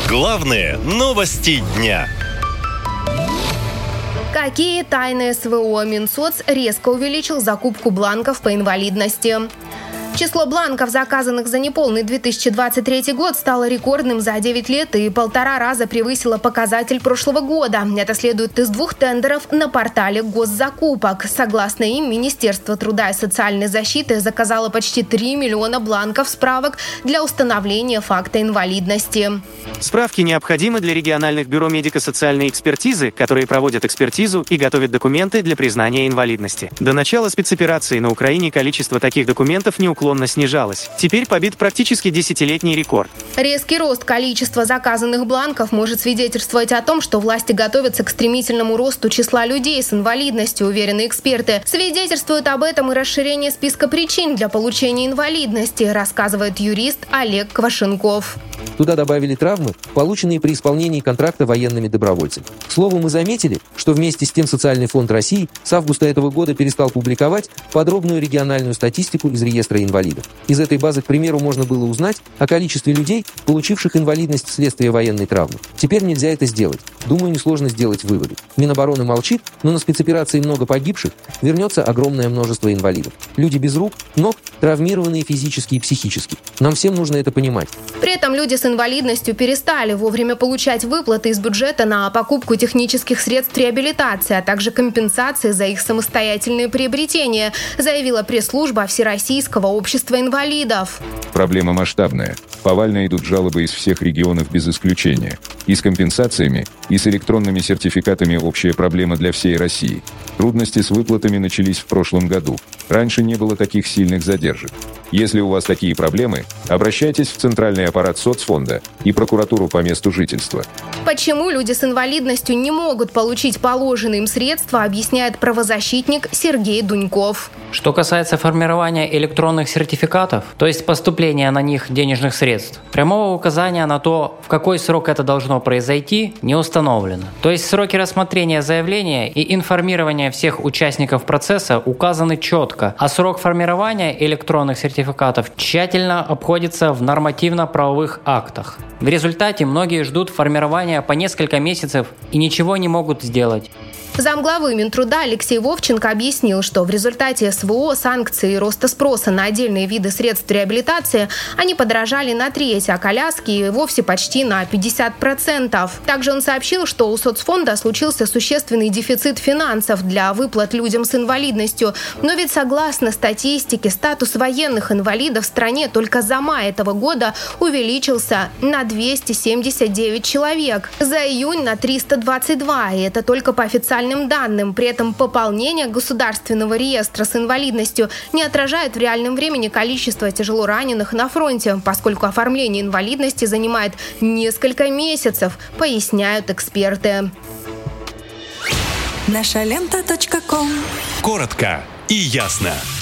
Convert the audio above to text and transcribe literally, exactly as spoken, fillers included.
Главные новости дня. Какие тайны СВО? Минсоц резко увеличил закупку бланков по инвалидности. Число бланков, заказанных за неполный две тысячи двадцать третий год, стало рекордным за девять лет и полтора раза превысило показатель прошлого года. Это следует из двух тендеров на портале госзакупок. Согласно им, Министерство труда и социальной защиты заказало почти три миллиона бланков справок для установления факта инвалидности. Справки необходимы для региональных бюро медико-социальной экспертизы, которые проводят экспертизу и готовят документы для признания инвалидности. До начала спецоперации на Украине количество таких документов неуклонно снижалось. Теперь побит практически десятилетний рекорд. Резкий рост количества заказанных бланков может свидетельствовать о том, что власти готовятся к стремительному росту числа людей с инвалидностью, уверены эксперты. Свидетельствует об этом и расширение списка причин для получения инвалидности, рассказывает юрист Олег Квашенков. Туда добавили травмы, полученные при исполнении контракта военными добровольцами. К слову, мы заметили, что вместе с тем Социальный фонд России с августа этого года перестал публиковать подробную региональную статистику из реестра инвалидов. Из этой базы, к примеру, можно было узнать о количестве людей, получивших инвалидность вследствие военной травмы. Теперь нельзя это сделать. Думаю, несложно сделать выводы. Минобороны молчит, но на спецоперации много погибших, вернется огромное множество инвалидов. Люди без рук, ног, травмированные физически и психически. Нам всем нужно это понимать. При этом люди с инвалидностью перестали вовремя получать выплаты из бюджета на покупку технических средств реабилитации, а также компенсации за их самостоятельные приобретения, заявила пресс-служба Всероссийского общества инвалидов. Проблема масштабная. Повально идут жалобы из всех регионов без исключения. И с компенсациями, и с электронными сертификатами общая проблема для всей России. Трудности с выплатами начались в прошлом году. Раньше не было таких сильных задержек. Если у вас такие проблемы, обращайтесь в Центральный аппарат соцфонда и прокуратуру по месту жительства. Почему люди с инвалидностью не могут получить положенные им средства, объясняет правозащитник Сергей Дуньков. Что касается формирования электронных сертификатов, то есть поступления на них денежных средств, прямого указания на то, в какой срок это должно произойти, не установлено. То есть сроки рассмотрения заявления и информирования всех участников процесса указаны четко, а срок формирования электронных сертификатов тщательно обходится в нормативно-правовых актах. В результате многие ждут формирования по несколько месяцев и ничего не могут сделать. Замглавы Минтруда Алексей Вовченко объяснил, что в результате СВО, санкций и роста спроса на отдельные виды средств реабилитации они подорожали на треть, а коляски и вовсе почти на пятьдесят процентов. Также он сообщил, что у соцфонда случился существенный дефицит финансов для выплат людям с инвалидностью. Но ведь согласно статистике, статус военных инвалидов в стране только за май этого года увеличился на двести семьдесят девять человек. За июнь на триста двадцать два, и это только по официальным данным. При этом пополнение государственного реестра с инвалидностью не отражает в реальном времени количество тяжело раненых на фронте, поскольку оформление инвалидности занимает несколько месяцев, поясняют эксперты. наша лента точка ком. Коротко и ясно.